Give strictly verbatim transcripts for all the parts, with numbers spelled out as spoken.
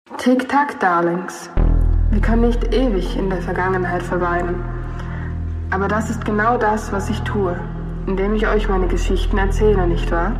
Tick-Tack, Darlings. Wir können nicht ewig in der Vergangenheit verweilen. Aber das ist genau das, was ich tue, indem ich euch meine Geschichten erzähle, nicht wahr?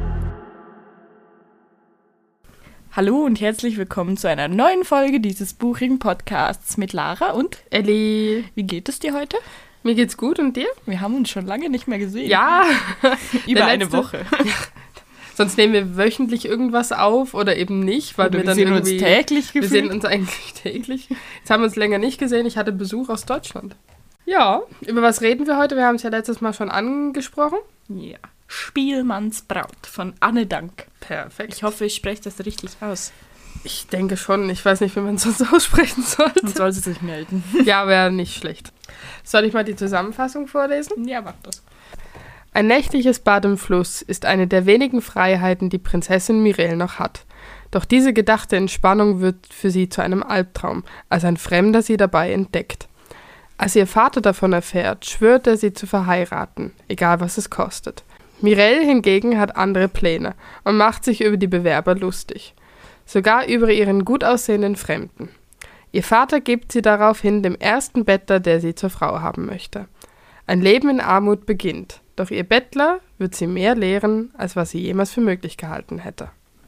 Hallo und herzlich willkommen zu einer neuen Folge dieses buchigen Podcasts mit Lara und Elli. Wie geht es dir heute? Mir geht's gut und dir? Wir haben uns schon lange nicht mehr gesehen. Ja, über eine Woche. Sonst nehmen wir wöchentlich irgendwas auf oder eben nicht, weil oder wir, wir dann sehen irgendwie... uns täglich gefühlt. Wir sehen uns eigentlich täglich. Jetzt haben wir uns länger nicht gesehen. Ich hatte Besuch aus Deutschland. Ja, über was reden wir heute? Wir haben es ja letztes Mal schon angesprochen. Ja. Spielmannsbraut von Anne Dank. Perfekt. Ich hoffe, ich spreche das richtig aus. Ich denke schon. Ich weiß nicht, wie man es sonst aussprechen sollte. Dann soll sie sich melden. Ja, wäre nicht schlecht. Soll ich mal die Zusammenfassung vorlesen? Ja, mach das. Ein nächtliches Bad im Fluss ist eine der wenigen Freiheiten, die Prinzessin Mireille noch hat. Doch diese gedachte Entspannung wird für sie zu einem Albtraum, als ein Fremder sie dabei entdeckt. Als ihr Vater davon erfährt, schwört er, sie zu verheiraten, egal was es kostet. Mireille hingegen hat andere Pläne und macht sich über die Bewerber lustig. Sogar über ihren gut aussehenden Fremden. Ihr Vater gibt sie daraufhin dem ersten Bettler, der sie zur Frau haben möchte. Ein Leben in Armut beginnt. Doch ihr Bettler wird sie mehr lehren, als was sie jemals für möglich gehalten hätte.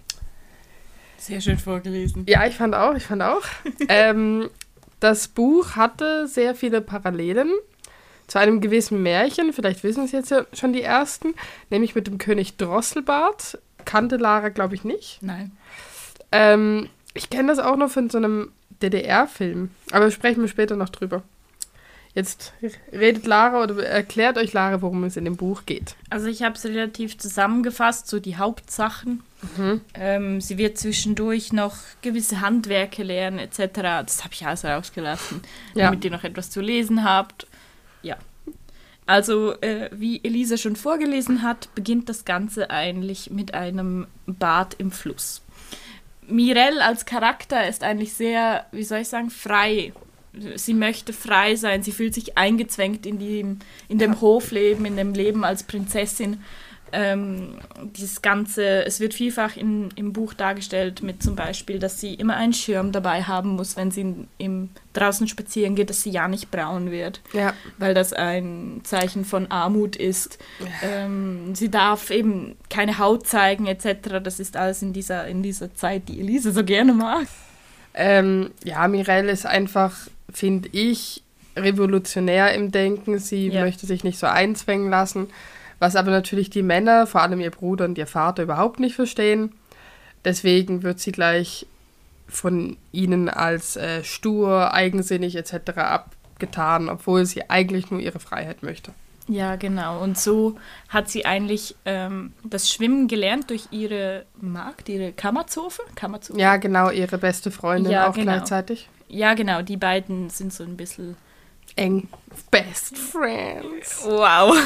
Sehr schön vorgelesen. Ja, ich fand auch, ich fand auch. ähm, das Buch hatte sehr viele Parallelen zu einem gewissen Märchen, vielleicht wissen es jetzt ja schon die ersten, nämlich mit dem König Drosselbart. Kannte Lara, glaube ich, nicht. Nein. Ähm, ich kenne das auch noch von so einem D D R-Film, aber sprechen wir später noch drüber. Jetzt redet Lara oder erklärt euch Lara, worum es in dem Buch geht. Also ich habe es relativ zusammengefasst, so die Hauptsachen. Mhm. Ähm, sie wird zwischendurch noch gewisse Handwerke lernen et cetera. Das habe ich alles rausgelassen, Ja. damit ihr noch etwas zu lesen habt. Ja. Also äh, wie Elisa schon vorgelesen hat, beginnt das Ganze eigentlich mit einem Bad im Fluss. Mireille als Charakter ist eigentlich sehr, wie soll ich sagen, frei. Sie möchte frei sein, sie fühlt sich eingezwängt in, die, in dem Hofleben, in dem Leben als Prinzessin. Ähm, dieses Ganze, es wird vielfach in, im Buch dargestellt mit zum Beispiel, dass sie immer einen Schirm dabei haben muss, wenn sie in, im, draußen spazieren geht, dass sie ja nicht braun wird, Ja. weil das ein Zeichen von Armut ist. Ähm, sie darf eben keine Haut zeigen et cetera. Das ist alles in dieser, in dieser Zeit, die Elise so gerne mag. Ähm, ja, Mireille ist einfach, finde ich, revolutionär im Denken. Sie Ja. möchte sich nicht so einzwängen lassen, was aber natürlich die Männer, vor allem ihr Bruder und ihr Vater, überhaupt nicht verstehen. Deswegen wird sie gleich von ihnen als äh, stur, eigensinnig et cetera abgetan, obwohl sie eigentlich nur ihre Freiheit möchte. Ja, genau. Und so hat sie eigentlich ähm, das Schwimmen gelernt durch ihre Magd, ihre Kammerzofe. Kammerzofe. Ja, genau, ihre beste Freundin Ja, auch genau. gleichzeitig. Ja, genau. Die beiden sind so ein bisschen... Eng. Best friends. Wow.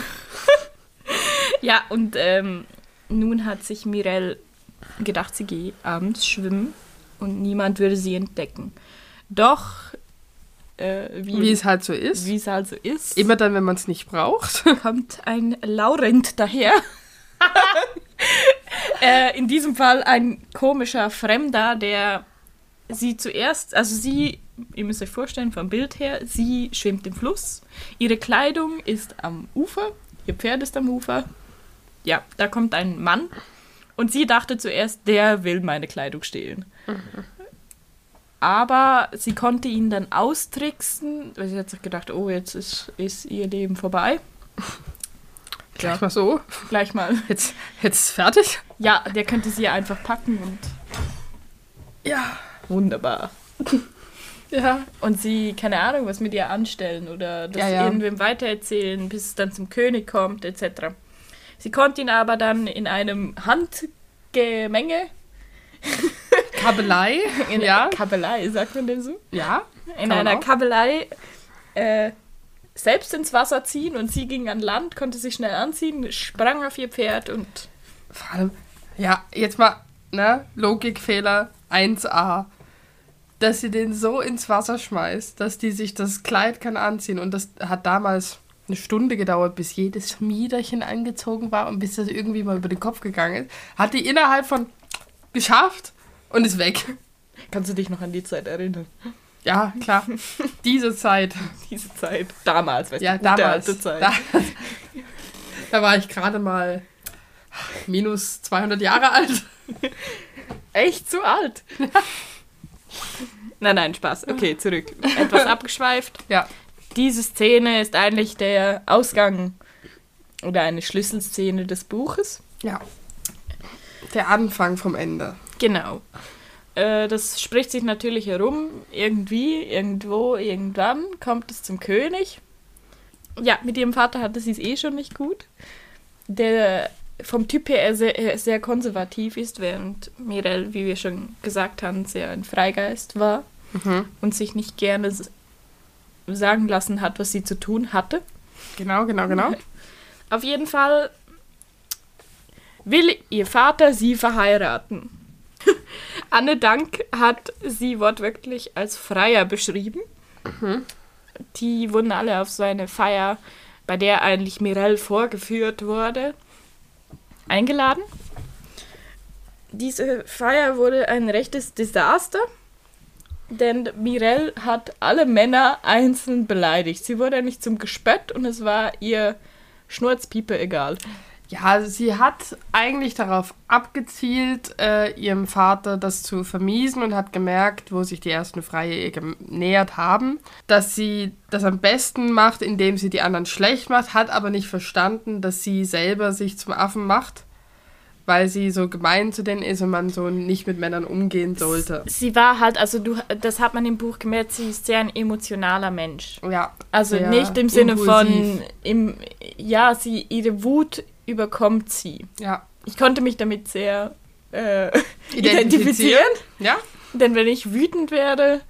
Ja, und ähm, nun hat sich Mireille gedacht, sie gehe abends schwimmen und niemand würde sie entdecken. Doch, äh, wie, Wie es halt so ist. wie es halt so ist, Immer dann, wenn man es nicht braucht. kommt ein Laurent daher. äh, in diesem Fall ein komischer Fremder, der sie zuerst, also sie, ihr müsst euch vorstellen, vom Bild her, sie schwimmt im Fluss, ihre Kleidung ist am Ufer, ihr Pferd ist am Ufer, ja, da kommt ein Mann und sie dachte zuerst, der will meine Kleidung stehlen. Mhm. Aber sie konnte ihn dann austricksen, weil sie hat sich gedacht, oh, jetzt ist, ist ihr Leben vorbei. Gleich Ja. mal so. Gleich mal. Jetzt, jetzt fertig? Ja, der könnte sie einfach packen und Ja. wunderbar. Ja. Und sie, keine Ahnung, was mit ihr anstellen oder das Ja, ja. irgendwem weitererzählen, bis es dann zum König kommt, et cetera. Sie konnte ihn aber dann in einem Handgemenge, Kabelei. in Ja. einer Kabelei, sagt man dem so? Ja. In Kann man einer auch. Kabelei äh, selbst ins Wasser ziehen und sie ging an Land, konnte sich schnell anziehen, sprang auf ihr Pferd und Vor allem, ja, jetzt mal, ne, Logikfehler eins a. Dass sie den so ins Wasser schmeißt, dass die sich das Kleid kann anziehen. Und das hat damals eine Stunde gedauert, bis jedes Miederchen angezogen war und bis das irgendwie mal über den Kopf gegangen ist. Hat die innerhalb von geschafft und ist weg. Kannst du dich noch an die Zeit erinnern? Ja, klar. Diese Zeit. Diese Zeit. Damals, weißt ja, du, damals. alte Zeit. Da, da war ich gerade mal minus zweihundert Jahre alt. Echt so alt? Nein, nein, Spaß. Okay, zurück. Etwas abgeschweift. Ja. Diese Szene ist eigentlich der Ausgang oder eine Schlüsselszene des Buches. Ja. Der Anfang vom Ende. Genau. Äh, das spricht sich natürlich herum. Irgendwie, irgendwo, irgendwann kommt es zum König. Ja, mit ihrem Vater hatte sie es eh schon nicht gut. Der vom Typ her sehr, sehr konservativ ist, während Mireille, wie wir schon gesagt haben, sehr ein Freigeist war mhm. und sich nicht gerne sagen lassen hat, was sie zu tun hatte. Genau, genau, genau. Auf jeden Fall will ihr Vater sie verheiraten. Anne Dank hat sie wortwörtlich als Freier beschrieben. Mhm. Die wurden alle auf so eine Feier, bei der eigentlich Mireille vorgeführt wurde, eingeladen. Diese Feier wurde ein rechtes Desaster, denn Mireille hat alle Männer einzeln beleidigt. Sie wurde nicht zum Gespött und es war ihr Schnurzpiepe egal. Ja, sie hat eigentlich darauf abgezielt, äh, ihrem Vater das zu vermiesen und hat gemerkt, wo sich die ersten Freie ihr genähert haben, dass sie das am besten macht, indem sie die anderen schlecht macht, hat aber nicht verstanden, dass sie selber sich zum Affen macht, weil sie so gemein zu denen ist und man so nicht mit Männern umgehen sollte. Sie war halt, also du, das hat man im Buch gemerkt, sie ist sehr ein emotionaler Mensch. Ja. Also nicht im Sinne von, im, ja, sie, ihre Wut überkommt sie. Ja. Ich konnte mich damit sehr äh, identifizieren. identifizieren. Ja. Denn wenn ich wütend werde,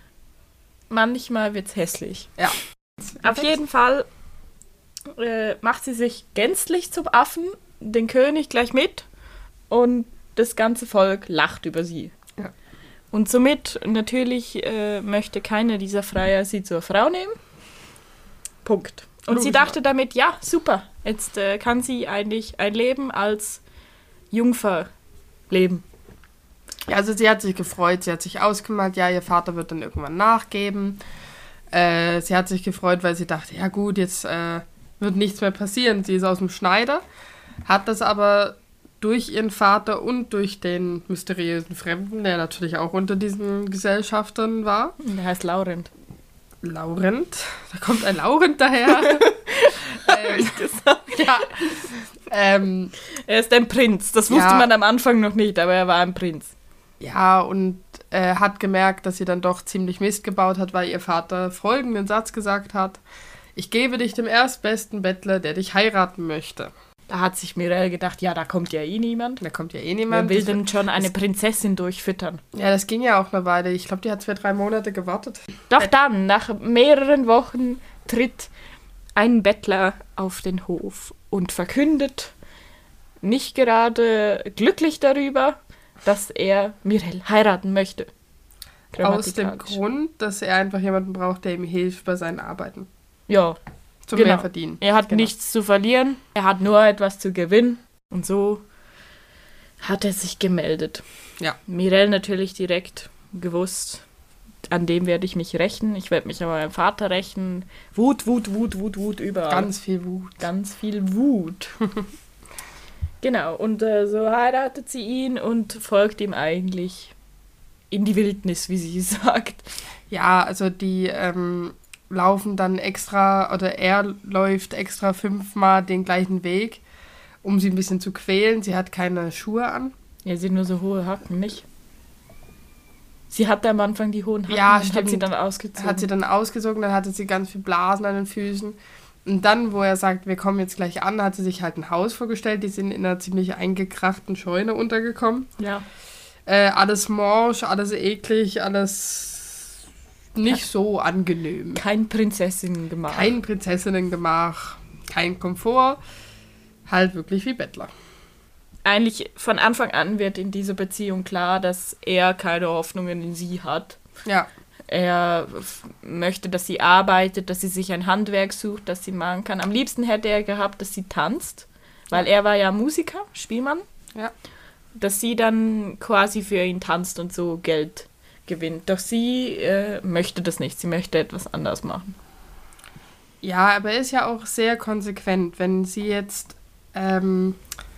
manchmal wird's hässlich. Ja. Auf jeden Fall äh, macht sie sich gänzlich zum Affen, den König gleich mit und das ganze Volk lacht über sie. Ja. Und somit natürlich äh, möchte keiner dieser Freier sie zur Frau nehmen. Punkt. Und Logisch, sie dachte damit, ja, super, jetzt äh, kann sie eigentlich ein Leben als Jungfer leben. Ja, also sie hat sich gefreut, sie hat sich ausgemalt, ja, ihr Vater wird dann irgendwann nachgeben. Äh, sie hat sich gefreut, weil sie dachte, ja gut, jetzt äh, wird nichts mehr passieren. Sie ist aus dem Schneider, hat das aber durch ihren Vater und durch den mysteriösen Fremden, der natürlich auch unter diesen Gesellschaftern war. Der heißt Laurent. Laurent, da kommt ein Laurent daher. ähm, ich gesagt. Ja. Ähm, er ist ein Prinz, das wusste ja, man am Anfang noch nicht, aber er war ein Prinz. Ja, und äh, hat gemerkt, dass sie dann doch ziemlich Mist gebaut hat, weil ihr Vater folgenden Satz gesagt hat: Ich gebe dich dem erstbesten Bettler, der dich heiraten möchte. Da hat sich Mireille gedacht, ja, da kommt ja eh niemand. Da kommt ja eh niemand. Wer will denn schon eine Prinzessin durchfüttern? Ja, das ging ja auch eine Weile. Ich glaube, die hat zwei, drei Monate gewartet. Doch dann, nach mehreren Wochen, tritt ein Bettler auf den Hof und verkündet, nicht gerade glücklich darüber, dass er Mireille heiraten möchte. Aus dem Grund, dass er einfach jemanden braucht, der ihm hilft bei seinen Arbeiten. Ja. Zum genau. mehr verdienen. Er hat genau. nichts zu verlieren, er hat nur etwas zu gewinnen. Und so hat er sich gemeldet. Ja. Mireille natürlich direkt gewusst, an dem werde ich mich rächen. Ich werde mich an meinem Vater rächen. Wut, Wut, Wut, Wut, Wut, überall. Ganz viel Wut. Ganz viel Wut. Genau, und äh, so heiratet sie ihn und folgt ihm eigentlich in die Wildnis, wie sie sagt. Ja, also die ähm, laufen dann extra, oder er läuft extra fünfmal den gleichen Weg, um sie ein bisschen zu quälen. Sie hat keine Schuhe an. Ja, sie hat nur so hohe Hacken, nicht? Sie hatte am Anfang die hohen Hacken, ja, und stimmt. hat sie dann ausgezogen. Hat sie dann ausgezogen, dann hatte sie ganz viel Blasen an den Füßen. Und dann, wo er sagt, wir kommen jetzt gleich an, hat sie sich halt ein Haus vorgestellt. Die sind in einer ziemlich eingekrachten Scheune untergekommen. Ja. Äh, alles morsch, alles eklig, alles nicht so angenehm. Kein Prinzessinnengemach. Kein Prinzessinnengemach, kein Komfort. Halt wirklich wie Bettler. Eigentlich von Anfang an wird in dieser Beziehung klar, dass er keine Hoffnungen in sie hat. Ja. Er f- möchte, dass sie arbeitet, dass sie sich ein Handwerk sucht, das sie machen kann. Am liebsten hätte er gehabt, dass sie tanzt, weil er war ja Musiker, Spielmann. Ja. Dass sie dann quasi für ihn tanzt und so Geld gewinnt. Doch sie äh, möchte das nicht. Sie möchte etwas anderes machen. Ja, aber er ist ja auch sehr konsequent. Wenn sie jetzt, ähm,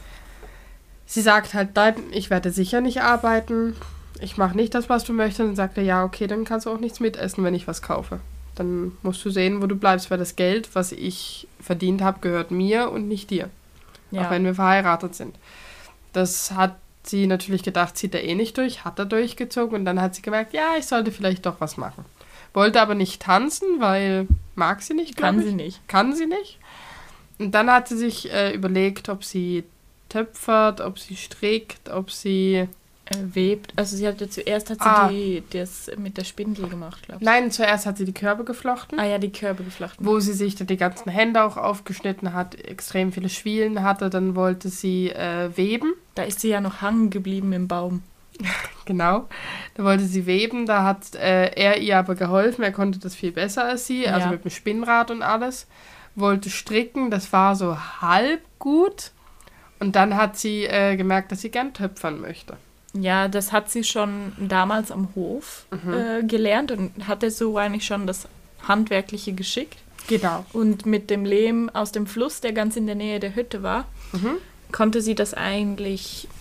sie sagt halt, nein, ich werde sicher nicht arbeiten, ich mache nicht das, was du möchtest, dann sagt er, ja, okay, dann kannst du auch nichts mitessen, wenn ich was kaufe. Dann musst du sehen, wo du bleibst, weil das Geld, was ich verdient habe, gehört mir und nicht dir. Ja. Auch wenn wir verheiratet sind. Das hat sie natürlich gedacht, zieht er eh nicht durch, hat er durchgezogen und dann hat sie gemerkt, ja, ich sollte vielleicht doch was machen. Wollte aber nicht tanzen, weil mag sie nicht, glaube ich. Kann sie nicht. Kann sie nicht. Und dann hat sie sich äh, überlegt, ob sie töpfert, ob sie strickt, ob sie äh, webt. Also sie hatte zuerst hat sie ah. die, das mit der Spindel gemacht, glaube ich. Nein, zuerst hat sie die Körbe geflochten. Ah ja, die Körbe geflochten. Wo sie sich dann die ganzen Hände auch aufgeschnitten hat, extrem viele Schwielen hatte. Dann wollte sie äh, weben. Da ist sie ja noch hängen geblieben im Baum. Genau, da wollte sie weben, da hat äh, er ihr aber geholfen, er konnte das viel besser als sie, also ja. mit dem Spinnrad und alles. Wollte stricken, das war so halb gut und dann hat sie äh, gemerkt, dass sie gern töpfern möchte. Ja, das hat sie schon damals am Hof mhm. äh, gelernt und hatte so eigentlich schon das handwerkliche Geschick. Genau. Und mit dem Lehm aus dem Fluss, der ganz in der Nähe der Hütte war, mhm. konnte sie das eigentlich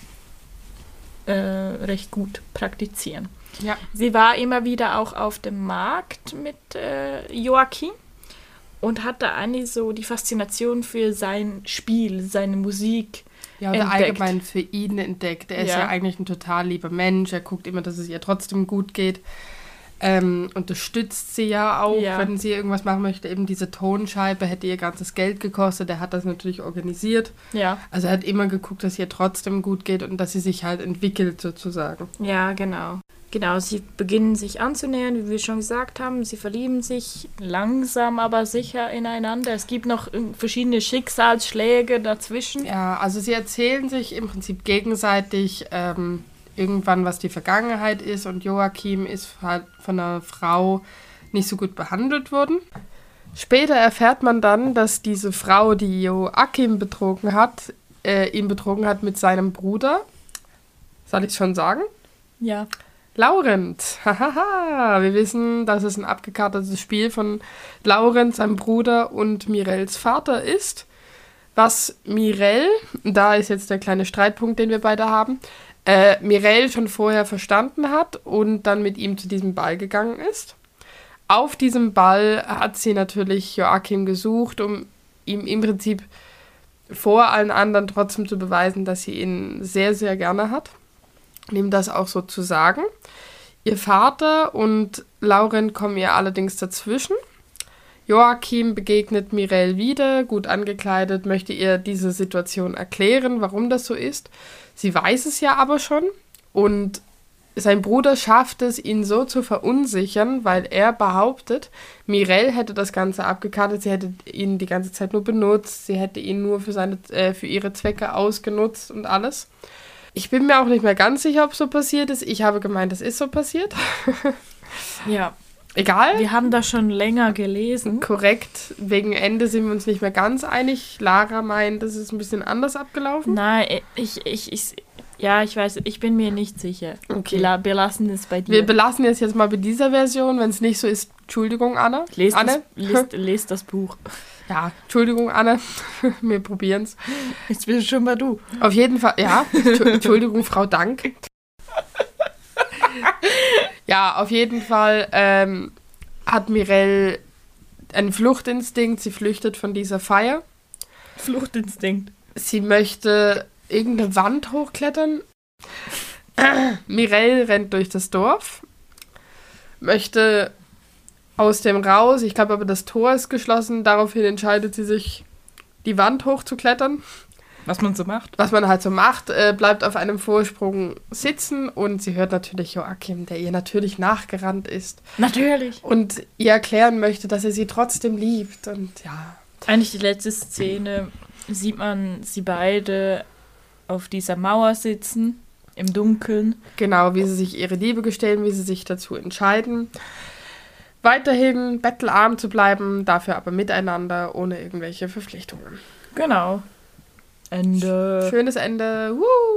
Äh, recht gut praktizieren. Ja. Sie war immer wieder auch auf dem Markt mit äh, Joachim und hatte eigentlich so die Faszination für sein Spiel, seine Musik Ja, oder entdeckt. allgemein für ihn entdeckt. Er ist Ja. ja eigentlich ein total lieber Mensch, er guckt immer, dass es ihr trotzdem gut geht. Ähm, unterstützt sie ja auch, Ja. wenn sie irgendwas machen möchte. Eben diese Tonscheibe hätte ihr ganzes Geld gekostet. Er hat das natürlich organisiert. Ja. Also er hat immer geguckt, dass ihr trotzdem gut geht und dass sie sich halt entwickelt sozusagen. Ja, genau. Genau, sie beginnen sich anzunähern, wie wir schon gesagt haben. Sie verlieben sich langsam, aber sicher ineinander. Es gibt noch verschiedene Schicksalsschläge dazwischen. Ja, also sie erzählen sich im Prinzip gegenseitig ähm, irgendwann, was die Vergangenheit ist. Und Joachim ist halt von einer Frau nicht so gut behandelt worden. Später erfährt man dann, dass diese Frau, die Joachim betrogen hat, äh, ihn betrogen hat mit seinem Bruder. Soll ich schon sagen? Ja. Laurent. Hahaha. Wir wissen, dass es ein abgekartetes Spiel von Laurent, seinem Bruder und Mirelles Vater ist. Was Mireille, da ist jetzt der kleine Streitpunkt, den wir beide haben, äh, Mireille schon vorher verstanden hat und dann mit ihm zu diesem Ball gegangen ist. Auf diesem Ball hat sie natürlich Joachim gesucht, um ihm im Prinzip vor allen anderen trotzdem zu beweisen, dass sie ihn sehr, sehr gerne hat. Und ihm das auch so zu sagen. Ihr Vater und Laurent kommen ihr allerdings dazwischen. Joachim begegnet Mireille wieder, gut angekleidet, möchte ihr diese Situation erklären, warum das so ist. Sie weiß es ja aber schon und sein Bruder schafft es, ihn so zu verunsichern, weil er behauptet, Mireille hätte das Ganze abgekartet, sie hätte ihn die ganze Zeit nur benutzt, sie hätte ihn nur für, seine, äh, für ihre Zwecke ausgenutzt und alles. Ich bin mir auch nicht mehr ganz sicher, ob so passiert ist. Ich habe gemeint, es ist so passiert. Ja. Egal. Wir haben das schon länger gelesen. Korrekt. Wegen Ende sind wir uns nicht mehr ganz einig. Lara meint, es ist ein bisschen anders abgelaufen. Nein, ich, ich, ich, ja, ich weiß, ich bin mir nicht sicher. Okay. Wir belassen es bei dir. Wir belassen es jetzt mal bei dieser Version. Wenn es nicht so ist, Entschuldigung, Anna. Lest, Anne. Das, lest, lest das Buch. Ja, Entschuldigung, Anne. Wir probieren es. Jetzt bist schon mal du. Auf jeden Fall, ja. Entschuldigung, Frau Dank. Ja, auf jeden Fall ähm, hat Mireille einen Fluchtinstinkt. Sie flüchtet von dieser Feier. Fluchtinstinkt. Sie möchte irgendeine Wand hochklettern. Mireille rennt durch das Dorf. Möchte aus dem raus. Ich glaube aber, das Tor ist geschlossen. Daraufhin entscheidet sie sich, die Wand hochzuklettern. Was man so macht. Was man halt so macht, äh, bleibt auf einem Vorsprung sitzen und sie hört natürlich Joachim, der ihr natürlich nachgerannt ist. Natürlich. Und ihr erklären möchte, dass er sie trotzdem liebt. Und ja. Eigentlich die letzte Szene sieht man sie beide auf dieser Mauer sitzen, im Dunkeln. Genau, wie sie sich ihre Liebe gestehen, wie sie sich dazu entscheiden. Weiterhin bettelarm zu bleiben, dafür aber miteinander, ohne irgendwelche Verpflichtungen. Genau. Ende. Schönes Ende. Woo!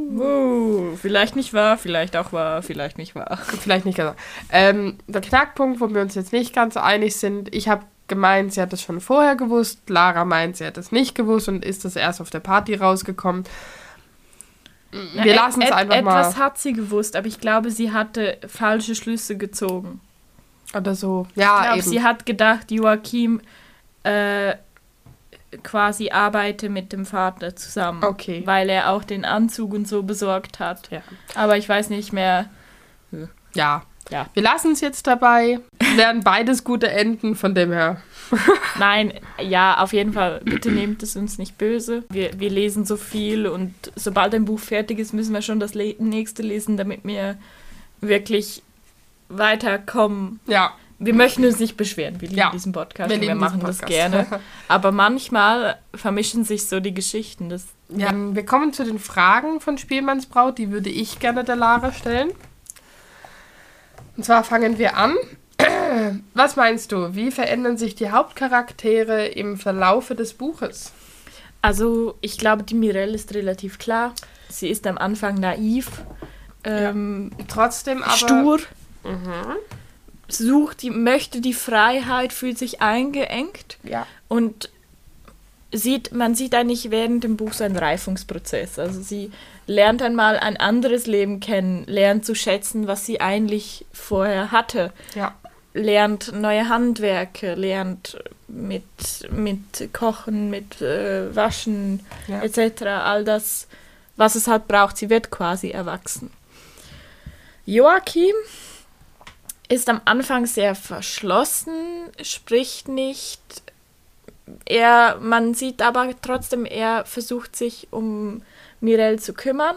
Uh, vielleicht nicht wahr, vielleicht auch wahr, vielleicht nicht wahr. Vielleicht nicht ganz. Ähm, der Knackpunkt, wo wir uns jetzt nicht ganz so einig sind, ich habe gemeint, sie hat es schon vorher gewusst, Lara meint, sie hat es nicht gewusst und ist das erst auf der Party rausgekommen. Wir Na, lassen es et, einfach et, mal. Etwas hat sie gewusst, aber ich glaube, sie hatte falsche Schlüsse gezogen. Oder so. Ja, ich glaube, eben. sie hat gedacht, Joachim äh, quasi arbeite mit dem Vater zusammen. Okay. Weil er auch den Anzug und so besorgt hat. Ja. Aber ich weiß nicht mehr. Ja. Ja. Wir lassen es jetzt dabei. Werden beides gute Enden, von dem her. Nein, ja, auf jeden Fall. Bitte nehmt es uns nicht böse. Wir, wir lesen so viel und sobald ein Buch fertig ist, müssen wir schon das le- nächste lesen, damit wir wirklich weiterkommen. Ja. Wir möchten uns nicht beschweren. Wir lieben Ja. diesen Podcast Wir und wir lieben machen diesen das Podcast. gerne. Aber manchmal vermischen sich so die Geschichten. Das, Ja, wir kommen zu den Fragen von Spielmannsbraut. Die würde ich gerne der Lara stellen. Und zwar fangen wir an. Was meinst du? Wie verändern sich die Hauptcharaktere im Verlaufe des Buches? Also, ich glaube, die Mirelle ist relativ klar. Sie ist am Anfang naiv, ähm, Trotzdem aber... stur, Mhm. sucht die, möchte die Freiheit, fühlt sich eingeengt Ja. und sieht, man sieht eigentlich während dem Buch so einen Reifungsprozess. Also sie lernt einmal ein anderes Leben kennen, lernt zu schätzen, was sie eigentlich vorher hatte. Ja. Lernt neue Handwerke, lernt mit, mit Kochen, mit äh, Waschen Ja. et cetera. All das, was es halt braucht. Sie wird quasi erwachsen. Joachim ist am Anfang sehr verschlossen, spricht nicht. Er, man sieht aber trotzdem, er versucht sich um Mirelle zu kümmern.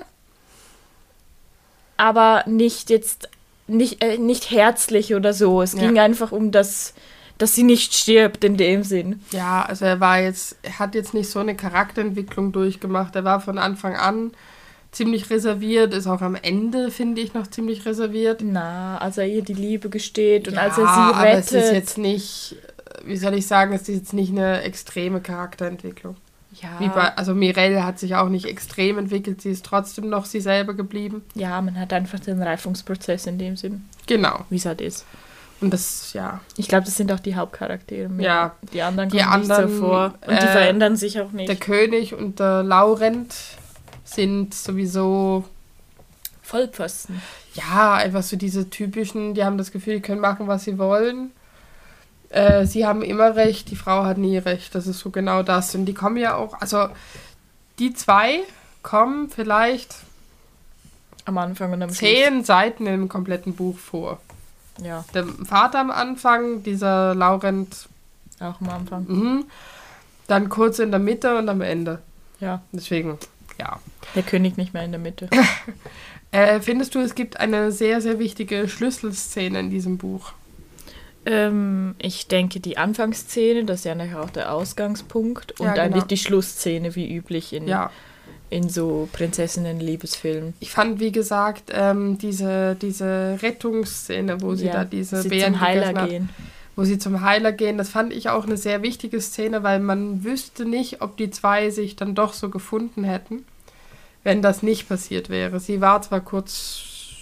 Aber nicht jetzt Nicht, äh, nicht herzlich oder so. Es Ja. ging einfach um das, dass sie nicht stirbt in dem Sinn. Ja, also er war jetzt, er hat jetzt nicht so eine Charakterentwicklung durchgemacht. Er war von Anfang an ziemlich reserviert, ist auch am Ende, finde ich, noch ziemlich reserviert. Na, als er ihr die Liebe gesteht und Ja, als er sie aber rettet. es ist jetzt nicht, wie soll ich sagen, es ist jetzt nicht eine extreme Charakterentwicklung. ja, Wie bei, also Mirelle hat sich auch nicht extrem entwickelt, sie ist trotzdem noch sie selber geblieben. ja, man hat einfach den Reifungsprozess in dem Sinn, Genau. wie es halt ist. Und das, ja. Ich glaube, das sind auch die Hauptcharaktere. Mehr. Ja. Die anderen Die kommen anderen, nicht so vor. Und die äh, verändern sich auch nicht. Der König und der Laurent sind sowieso, Vollpfosten. ja, einfach so diese typischen, die haben das Gefühl, die können machen, was sie wollen. Äh, sie haben immer recht, die Frau hat nie recht. Das ist so genau das. Und die kommen ja auch, also die zwei kommen vielleicht Am Anfang und am Schluss. zehn Seiten im kompletten Buch vor. Ja, Der Vater am Anfang, dieser Laurent, auch am Anfang. mhm. Dann kurz in der Mitte und am Ende. Ja, Deswegen, ja. der König nicht mehr in der Mitte. Äh, findest du, es gibt eine sehr, sehr wichtige Schlüsselszene in diesem Buch? ähm, ich denke, die Anfangsszene, das ist ja nachher auch der Ausgangspunkt. Und Ja, genau. eigentlich die Schlussszene, wie üblich in, Ja. in so Prinzessinnen-Liebesfilmen. Ich fand, wie gesagt, ähm, diese, diese Rettungsszene, wo sie Ja, da diese sie Beeren zum Heiler gegessen hat, gehen. wo sie zum Heiler gehen, das fand ich auch eine sehr wichtige Szene, weil man wüsste nicht, ob die zwei sich dann doch so gefunden hätten, wenn das nicht passiert wäre. Sie war zwar kurz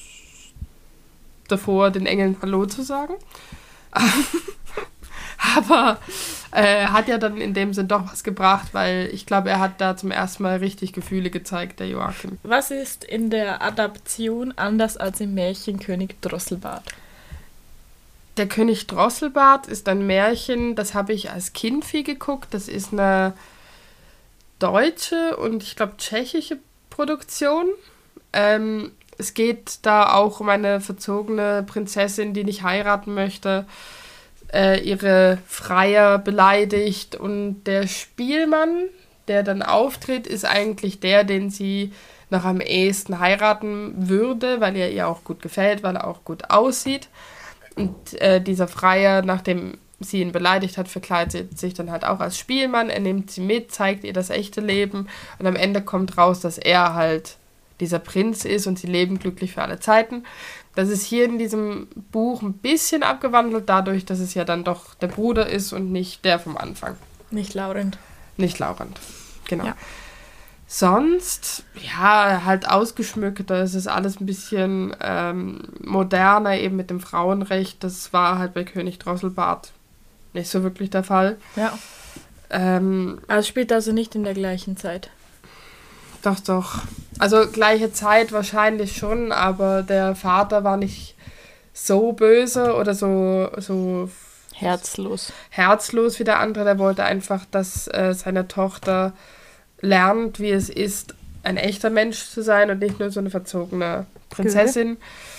davor, den Engeln Hallo zu sagen, aber äh, hat ja dann in dem Sinn doch was gebracht, weil ich glaube, er hat da zum ersten Mal richtig Gefühle gezeigt, der Joachim. Was ist in der Adaption anders als im Märchen König Drosselbart? Der König Drosselbart ist ein Märchen, das habe ich als Kind viel geguckt. Das ist eine deutsche und ich glaube tschechische Produktion. Ähm, es geht da auch um eine verzogene Prinzessin, die nicht heiraten möchte, äh, ihre Freier beleidigt und der Spielmann, der dann auftritt, ist eigentlich der, den sie noch am ehesten heiraten würde, weil er ihr auch gut gefällt, weil er auch gut aussieht. Und äh, dieser Freier, nachdem sie ihn beleidigt hat, verkleidet sich dann halt auch als Spielmann. Er nimmt sie mit, zeigt ihr das echte Leben und am Ende kommt raus, dass er halt dieser Prinz ist und sie leben glücklich für alle Zeiten. Das ist hier in diesem Buch ein bisschen abgewandelt, dadurch, dass es ja dann doch der Bruder ist und nicht der vom Anfang. Nicht Laurent. Nicht Laurent. Genau. Ja. Sonst, ja, halt ausgeschmückter. Es ist alles ein bisschen ähm, moderner, eben mit dem Frauenrecht. Das war halt bei König Drosselbart nicht so wirklich der Fall. Ja. Ähm, Also spielt also nicht in der gleichen Zeit. Doch, doch. Also gleiche Zeit wahrscheinlich schon, aber der Vater war nicht so böse oder so, so Herzlos. herzlos wie der andere. Der wollte einfach, dass äh, seine Tochter lernt, wie es ist, ein echter Mensch zu sein und nicht nur so eine verzogene Prinzessin.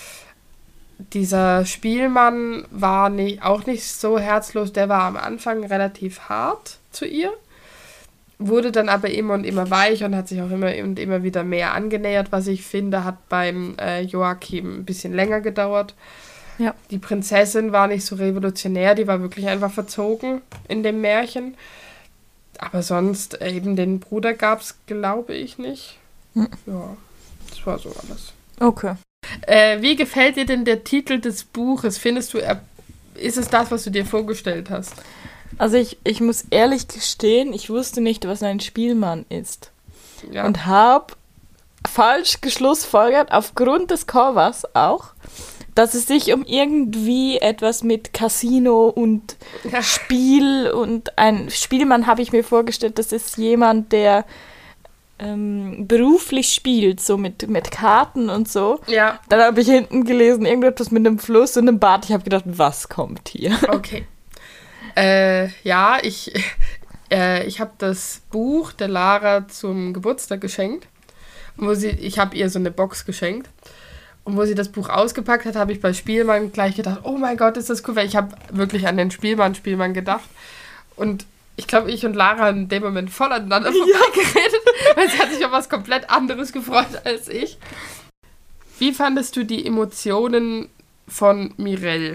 Okay. Dieser Spielmann war nicht, auch nicht so herzlos. Der war am Anfang relativ hart zu ihr, wurde dann aber immer und immer weicher und hat sich auch immer und immer wieder mehr angenähert, was ich finde, hat beim äh, Joachim ein bisschen länger gedauert. Ja. Die Prinzessin war nicht so revolutionär, die war wirklich einfach verzogen in dem Märchen. Aber sonst eben den Bruder gab es, glaube ich, nicht. Hm. Ja, das war so alles. Okay. Äh, wie gefällt dir denn der Titel des Buches? Findest du, er, ist es das, was du dir vorgestellt hast? Also ich, ich muss ehrlich gestehen, ich wusste nicht, was ein Spielmann ist. Ja. Und habe falsch geschlussfolgert, aufgrund des Covers auch, dass es sich um irgendwie etwas mit Casino und Ja. Spiel und ein Spielmann habe ich mir vorgestellt, das ist jemand, der ähm, beruflich spielt, so mit, mit Karten und so. Ja, Dann habe ich hinten gelesen, irgendetwas mit einem Fluss und einem Bad. Ich habe gedacht, was kommt hier? okay. äh, ja, ich, äh, ich habe das Buch der Lara zum Geburtstag geschenkt. Wo sie, ich habe ihr so eine Box geschenkt. Und wo sie das Buch ausgepackt hat, habe ich bei Spielmann gleich gedacht, oh mein Gott, ist das cool, weil ich habe wirklich an den Spielmann, Spielmann gedacht. Und ich glaube, ich und Lara in dem Moment voll aneinander vorbeigeredet, weil sie hat sich auf was komplett anderes gefreut als ich. Wie fandest du die Emotionen von Mireille?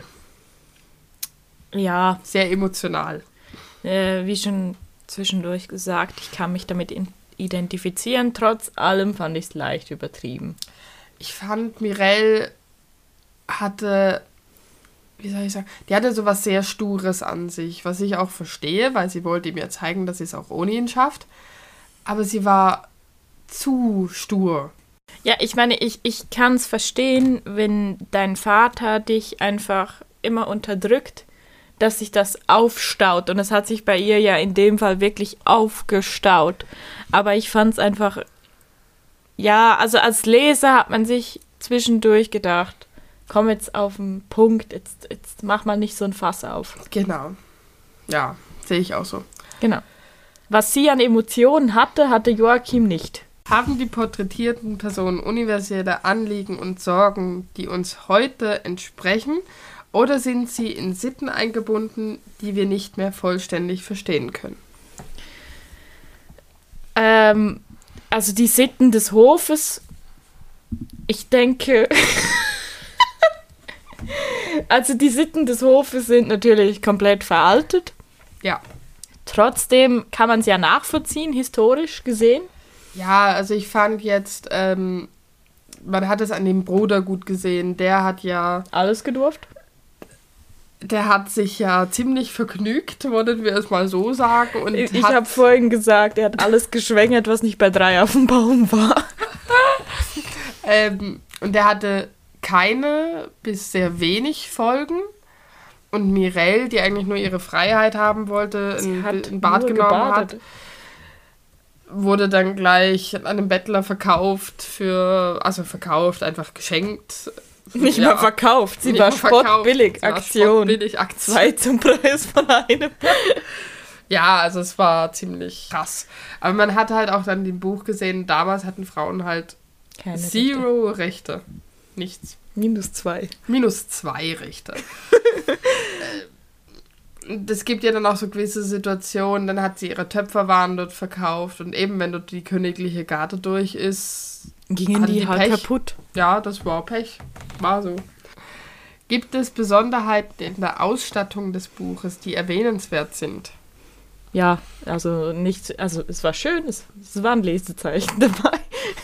Ja, Sehr emotional. äh, wie schon zwischendurch gesagt, ich kann mich damit in- identifizieren. Trotz allem fand ich es leicht übertrieben. Ich fand, Mireille hatte, wie soll ich sagen, die hatte so was sehr Stures an sich, was ich auch verstehe, weil sie wollte ihm ja zeigen, dass sie es auch ohne ihn schafft. Aber sie war zu stur. Ja, ich meine, ich, ich kann es verstehen, wenn dein Vater dich einfach immer unterdrückt, dass sich das aufstaut. Und es hat sich bei ihr ja in dem Fall wirklich aufgestaut. Aber ich fand es einfach, ja, also als Leser hat man sich zwischendurch gedacht, komm jetzt auf den Punkt, jetzt, jetzt mach mal nicht so ein Fass auf. Genau. Ja, sehe ich auch so. Genau. Was sie an Emotionen hatte, hatte Joachim nicht. Haben die porträtierten Personen universelle Anliegen und Sorgen, die uns heute entsprechen, oder sind sie in Sitten eingebunden, die wir nicht mehr vollständig verstehen können? Ähm, also die Sitten des Hofes, ich denke, also die Sitten des Hofes sind natürlich komplett veraltet. Ja. Trotzdem kann man es ja nachvollziehen, historisch gesehen. Ja, also ich fand jetzt, ähm, man hat es an dem Bruder gut gesehen, der hat ja, Alles gedurft. der hat sich ja ziemlich vergnügt, wollen wir es mal so sagen. Und Ich hat, habe vorhin gesagt, er hat alles geschwängert, was nicht bei drei auf dem Baum war. ähm, und der hatte keine bis sehr wenig Folgen. Und Mireille, die eigentlich nur ihre Freiheit haben wollte, ein, ein Bad nur genommen gebadet. hat, wurde dann gleich an einem Bettler verkauft für, also verkauft, einfach geschenkt. Nicht Ja, mal verkauft, sie nicht war mal verkauft. Spottbillig. Es war Aktion. Spottbillig Aktion. Zwei zum Preis von einem. Ja, also es war ziemlich krass. Aber man hat halt auch dann im Buch gesehen, damals hatten Frauen halt Keine zero Rechte. Rechte. Nichts. Minus zwei. Minus zwei Rechte. Es gibt ja dann auch so gewisse Situationen, dann hat sie ihre Töpferwaren dort verkauft und eben, wenn dort die königliche Garde durch ist, Gingen hatte die, die halt Pech. kaputt. Ja, das war Pech. War so. Gibt es Besonderheiten in der Ausstattung des Buches, die erwähnenswert sind? Ja, also nicht, also es war schön, es, es waren Lesezeichen dabei.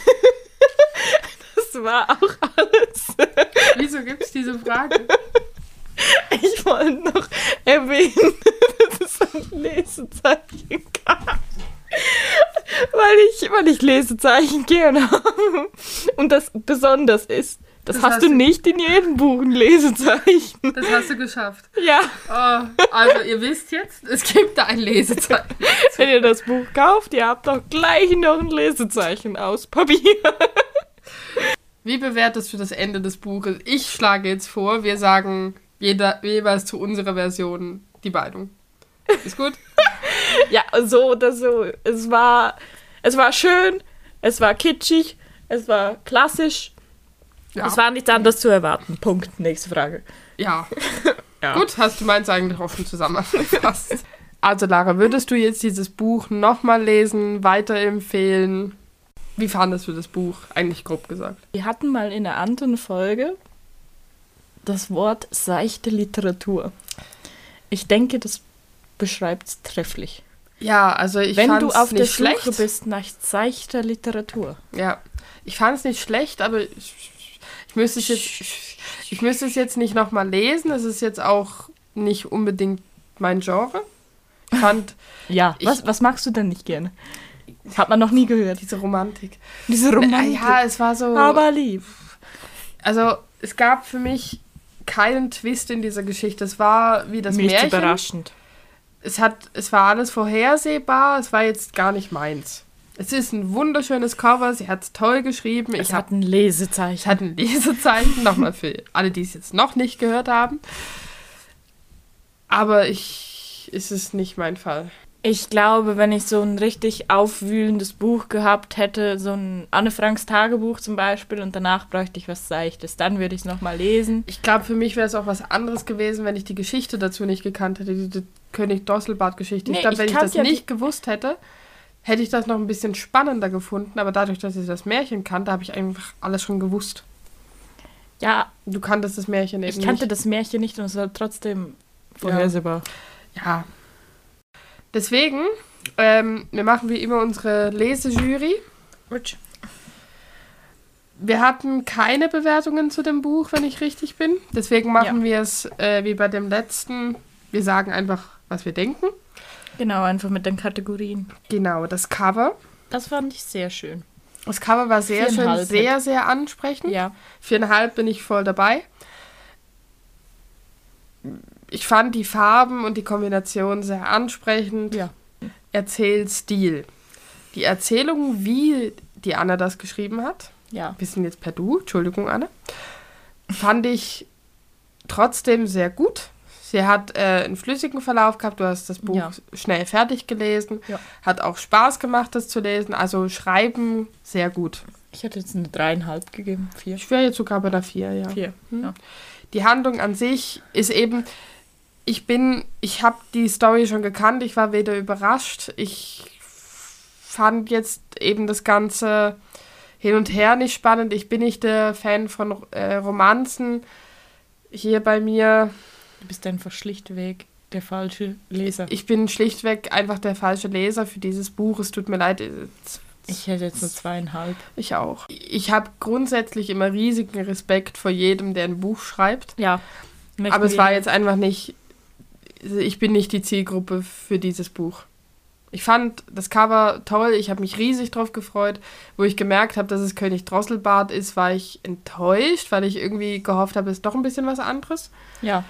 Das war auch alles. Wieso gibt es diese Frage? Ich wollte noch erwähnen, dass es ein Lesezeichen gab. weil ich, weil ich Lesezeichen gerne habe. Und das besonders ist, das, das hast, hast du nicht in jedem Buch ein Lesezeichen. Das hast du geschafft. Ja. Oh, also ihr wisst jetzt, es gibt da ein Lesezeichen. Wenn ihr das Buch kauft, ihr habt doch gleich noch ein Lesezeichen aus Papier. Wie bewertest du das Ende des Buches? Ich schlage jetzt vor, wir sagen jeder, jeweils zu unserer Version die Meinung. Ist gut? Ja, so oder so. Es war, es war schön, es war kitschig, es war klassisch. Ja. Es war nichts anderes zu erwarten. Punkt. Nächste Frage. Ja. ja. Gut, hast du meins eigentlich auch schon zusammengefasst. Also Lara, würdest du jetzt dieses Buch nochmal lesen, weiterempfehlen? Wie fandest du das Buch, eigentlich grob gesagt? Wir hatten mal in einer anderen Folge das Wort seichte Literatur. Ich denke, das beschreibt es trefflich. Ja, also ich Wenn fand's du auf nicht der schlecht. Suche bist nach seichter Literatur. Ja, ich fand es nicht schlecht, aber ich, ich müsste es jetzt, ich müsste es jetzt nicht nochmal lesen. Es ist jetzt auch nicht unbedingt mein Genre. Ich fand... ja, ich, was, was magst du denn nicht gerne? Hat man noch nie gehört. Diese Romantik. Diese Romantik. Ja, es war so... aber lieb. Also, es gab für mich keinen Twist in dieser Geschichte. Es war wie das Nicht Märchen. überraschend. Es, hat, es war alles vorhersehbar. Es war jetzt gar nicht meins. Es ist ein wunderschönes Cover. Sie hat es toll geschrieben. Es ich hat ein Lesezeichen. Es hat ein Lesezeichen. Nochmal für alle, die es jetzt noch nicht gehört haben. Aber ich... es ist nicht mein Fall. Ich glaube, wenn ich so ein richtig aufwühlendes Buch gehabt hätte, so ein Anne Franks Tagebuch zum Beispiel, und danach bräuchte ich was Seichtes, dann würde ich es nochmal lesen. Ich glaube, für mich wäre es auch was anderes gewesen, wenn ich die Geschichte dazu nicht gekannt hätte, die, die König-Drosselbart-Geschichte. Nee, ich glaube, wenn ich ich das ja nicht gewusst hätte, hätte ich das noch ein bisschen spannender gefunden, aber dadurch, dass ich das Märchen kannte, habe ich einfach alles schon gewusst. Ja. Du kanntest das Märchen eben nicht. Ich kannte das Märchen nicht und es war trotzdem vorhersehbar. Ja. ja. Deswegen, ähm, wir machen wie immer unsere Lesejury. Rich. Wir hatten keine Bewertungen zu dem Buch, wenn ich richtig bin. Deswegen machen ja. wir es äh, wie bei dem letzten. Wir sagen einfach, was wir denken. Genau, einfach mit den Kategorien. Genau, das Cover. Das fand ich sehr schön. Das Cover war sehr schön, sehr, sehr ansprechend. Ja. Viereinhalb bin ich voll dabei. Ich fand die Farben und die Kombination sehr ansprechend. Ja. Erzählstil. Die Erzählung, wie die Anna das geschrieben hat, ja. wir sind jetzt per Du, Entschuldigung, Anna, fand ich trotzdem sehr gut. Sie hat äh, einen flüssigen Verlauf gehabt, du hast das Buch ja. schnell fertig gelesen, ja. hat auch Spaß gemacht, das zu lesen, also schreiben sehr gut. Ich hätte jetzt eine dreieinhalb gegeben, vier. Ich wäre jetzt sogar bei der vier, ja. Vier, hm. ja. Die Handlung an sich ist eben, ich bin, ich habe die Story schon gekannt, ich war weder überrascht, ich fand jetzt eben das Ganze hin und her nicht spannend, ich bin nicht der Fan von äh, Romanzen, hier bei mir... Du bist einfach schlichtweg der falsche Leser. Ich bin schlichtweg einfach der falsche Leser für dieses Buch, es tut mir leid. Ich hätte jetzt nur zweieinhalb. Ich auch. Ich habe grundsätzlich immer riesigen Respekt vor jedem, der ein Buch schreibt. Ja. Aber es war jetzt einfach nicht, ich bin nicht die Zielgruppe für dieses Buch. Ich fand das Cover toll, ich habe mich riesig drauf gefreut. Wo ich gemerkt habe, dass es König Drosselbart ist, war ich enttäuscht, weil ich irgendwie gehofft habe, es ist doch ein bisschen was anderes. Ja.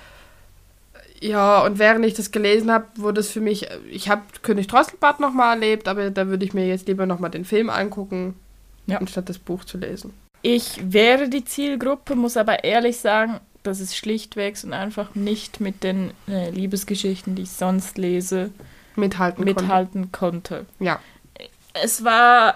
Ja, und während ich das gelesen habe, wurde es für mich, ich habe König Drosselbart nochmal erlebt, aber da würde ich mir jetzt lieber nochmal den Film angucken, ja. anstatt das Buch zu lesen. Ich wäre die Zielgruppe, muss aber ehrlich sagen, dass es schlichtweg und einfach nicht mit den äh, Liebesgeschichten, die ich sonst lese, mithalten, mithalten konnte. konnte. Ja. Es war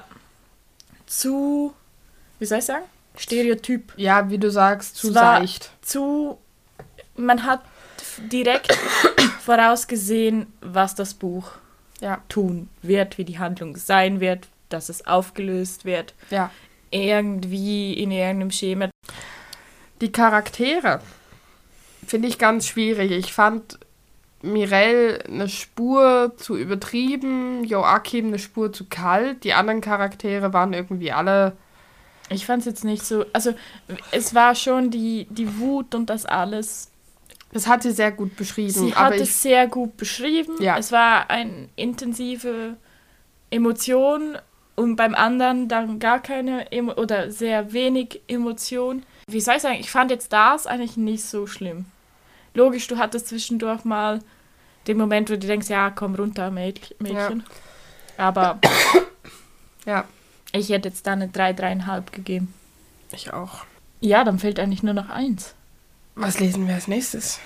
zu, wie soll ich sagen, Stereotyp. Ja, wie du sagst, zu es war seicht. Zu, man hat direkt vorausgesehen, was das Buch ja. tun wird, wie die Handlung sein wird, dass es aufgelöst wird. Ja. Irgendwie in irgendeinem Schema. Die Charaktere finde ich ganz schwierig. Ich fand Mireille eine Spur zu übertrieben, Joachim eine Spur zu kalt. Die anderen Charaktere waren irgendwie alle... Ich fand es jetzt nicht so... Also es war schon die, die Wut und das alles... Das hat sie sehr gut beschrieben. Sie aber hat ich, es sehr gut beschrieben. Ja. Es war eine intensive Emotion und beim anderen dann gar keine Emo- oder sehr wenig Emotion. Wie soll ich sagen, ich fand jetzt das eigentlich nicht so schlimm. Logisch, du hattest zwischendurch mal den Moment, wo du denkst, ja, komm runter, Mädchen. Mädchen. Ja. Aber ja, ich hätte jetzt da eine drei, dreieinhalb gegeben. ich auch. Ja, dann fehlt eigentlich nur noch eins. Was lesen wir als nächstes?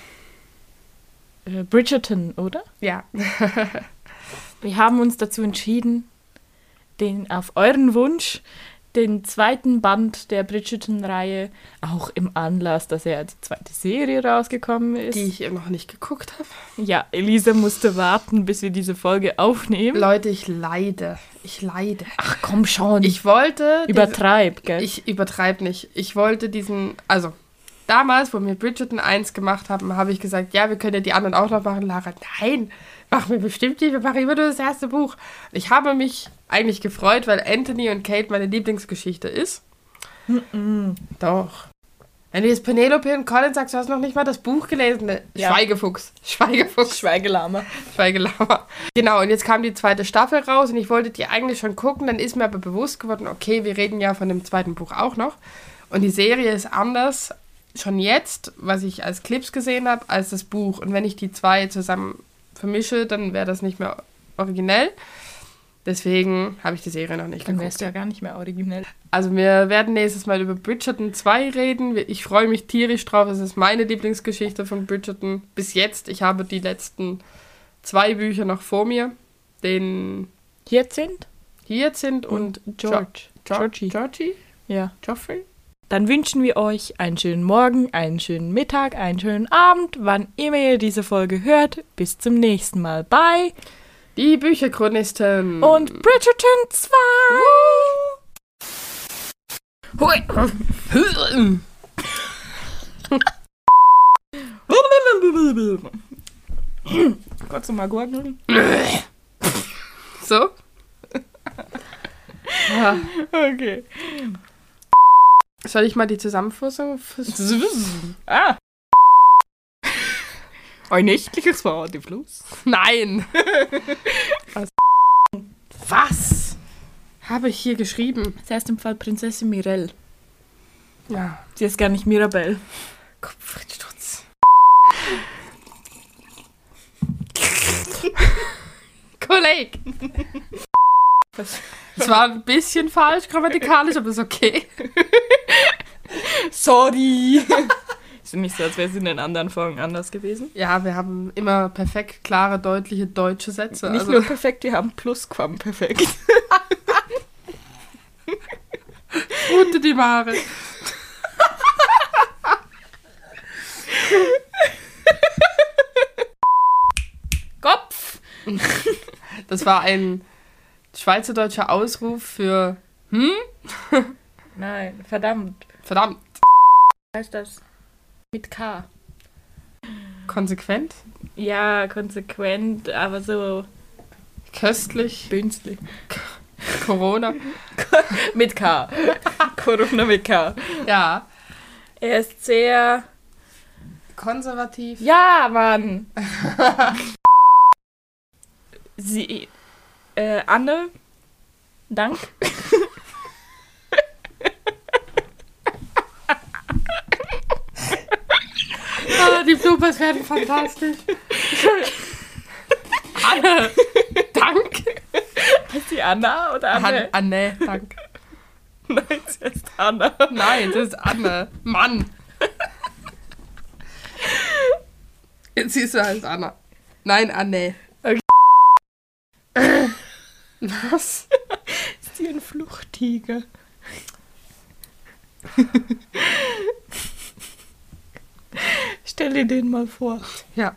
Äh, Bridgerton, oder? Ja. Wir haben uns dazu entschieden, den auf euren Wunsch den zweiten Band der Bridgerton-Reihe, auch im Anlass, dass ja die zweite Serie rausgekommen ist. Die ich noch nicht geguckt habe. Ja, Elisa musste warten, bis wir diese Folge aufnehmen. Leute, ich leide. Ich leide. Ach komm schon. Ich wollte... Übertreib, diese, gell? Ich übertreib nicht. Ich wollte diesen... Also, damals, wo wir Bridgerton eins gemacht haben, habe ich gesagt, ja, wir können ja die anderen auch noch machen. Lara, nein, machen wir bestimmt nicht. Wir machen immer nur das erste Buch. Ich habe mich eigentlich gefreut, weil Anthony und Kate meine Lieblingsgeschichte ist. Mm-mm. Doch. Wenn du jetzt Penelope und Colin sagst, du hast noch nicht mal das Buch gelesen. Ne? Ja. Schweigefuchs. Schweigefuchs. Schweigelama. Schweigelama. Genau, und jetzt kam die zweite Staffel raus und ich wollte die eigentlich schon gucken. Dann ist mir aber bewusst geworden, okay, wir reden ja von dem zweiten Buch auch noch. Und die Serie ist anders, schon jetzt, was ich als Clips gesehen habe, als das Buch. Und wenn ich die zwei zusammen vermische, dann wäre das nicht mehr originell. Deswegen habe ich die Serie noch nicht Dann geguckt. wärst du ja gar nicht mehr originell. Also wir werden nächstes Mal über Bridgerton zwei reden. Ich freue mich tierisch drauf. Es ist meine Lieblingsgeschichte von Bridgerton bis jetzt. Ich habe die letzten zwei Bücher noch vor mir. Den Hyacinth Hyacinth und, und George. Jo- Georgie. Georgie? Ja. Joffrey? Dann wünschen wir euch einen schönen Morgen, einen schönen Mittag, einen schönen Abend, wann immer ihr diese Folge hört. Bis zum nächsten Mal. Bye. Die Bücherchronisten. Und Bridgerton zwei. Hui. Kurz mal gurgeln. So? Ja. Okay. Soll ich mal die Zusammenfassung? Ah. Ein nächtliches Wort im Fluss. Nein! Was? Was habe ich hier geschrieben? Das heißt im Fall Prinzessin Mirelle. Ja. Sie ist gar nicht Mirabelle. Kopfsturz. Kolleg! Es war ein bisschen falsch grammatikalisch, aber ist okay. Sorry. Ist nicht so, als wäre es in den anderen Folgen anders gewesen. Ja, wir haben immer perfekt klare, deutliche deutsche Sätze. Nicht also nur perfekt, wir haben Plusquamperfekt. Unter die Ware. Kopf! Das war ein schweizerdeutscher Ausruf für hm? Nein, verdammt. Verdammt. Heißt das? Mit K. Konsequent? Ja, konsequent, aber so Köstlich? bünzlig. Corona? Mit K. Corona mit K. Ja. Er ist sehr... Konservativ? Ja, Mann! Sie... Äh, Anne? Dank. Ah, die Bloopers werden fantastisch. Anne, dank. Ist sie Anna oder Anne? Anne, Anne, dank. Nein, sie heißt Anna. Nein, das ist Anne. Mann. Jetzt siehst du, heißt Anna. Nein, Anne. Okay. Was? Ist sie ein Fluchttiger? Stell dir den mal vor. Ja.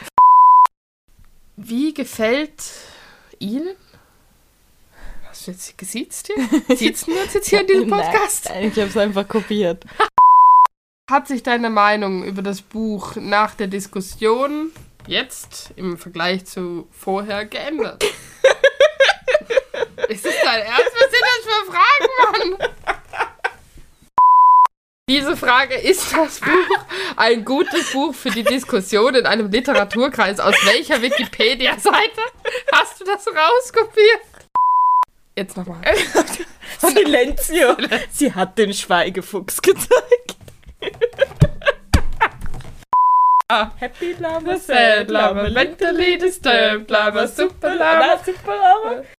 Wie gefällt Ihnen? Hast du jetzt gesiezt hier? Siezen wir uns jetzt hier in diesem Podcast? Nein, ich hab's einfach kopiert. Hat sich deine Meinung über das Buch nach der Diskussion jetzt im Vergleich zu vorher geändert? Ist das dein Ernst? Was sind das für Fragen, Mann? Diese Frage, ist das Buch ein gutes Buch für die Diskussion in einem Literaturkreis? Aus welcher Wikipedia-Seite hast du das rauskopiert? Jetzt nochmal. Silenzio. Sie hat den Schweigefuchs gezeigt. Ah. Happy Lava, Sad Lava, mentally disturbed Lava, super Lava. Super Lava.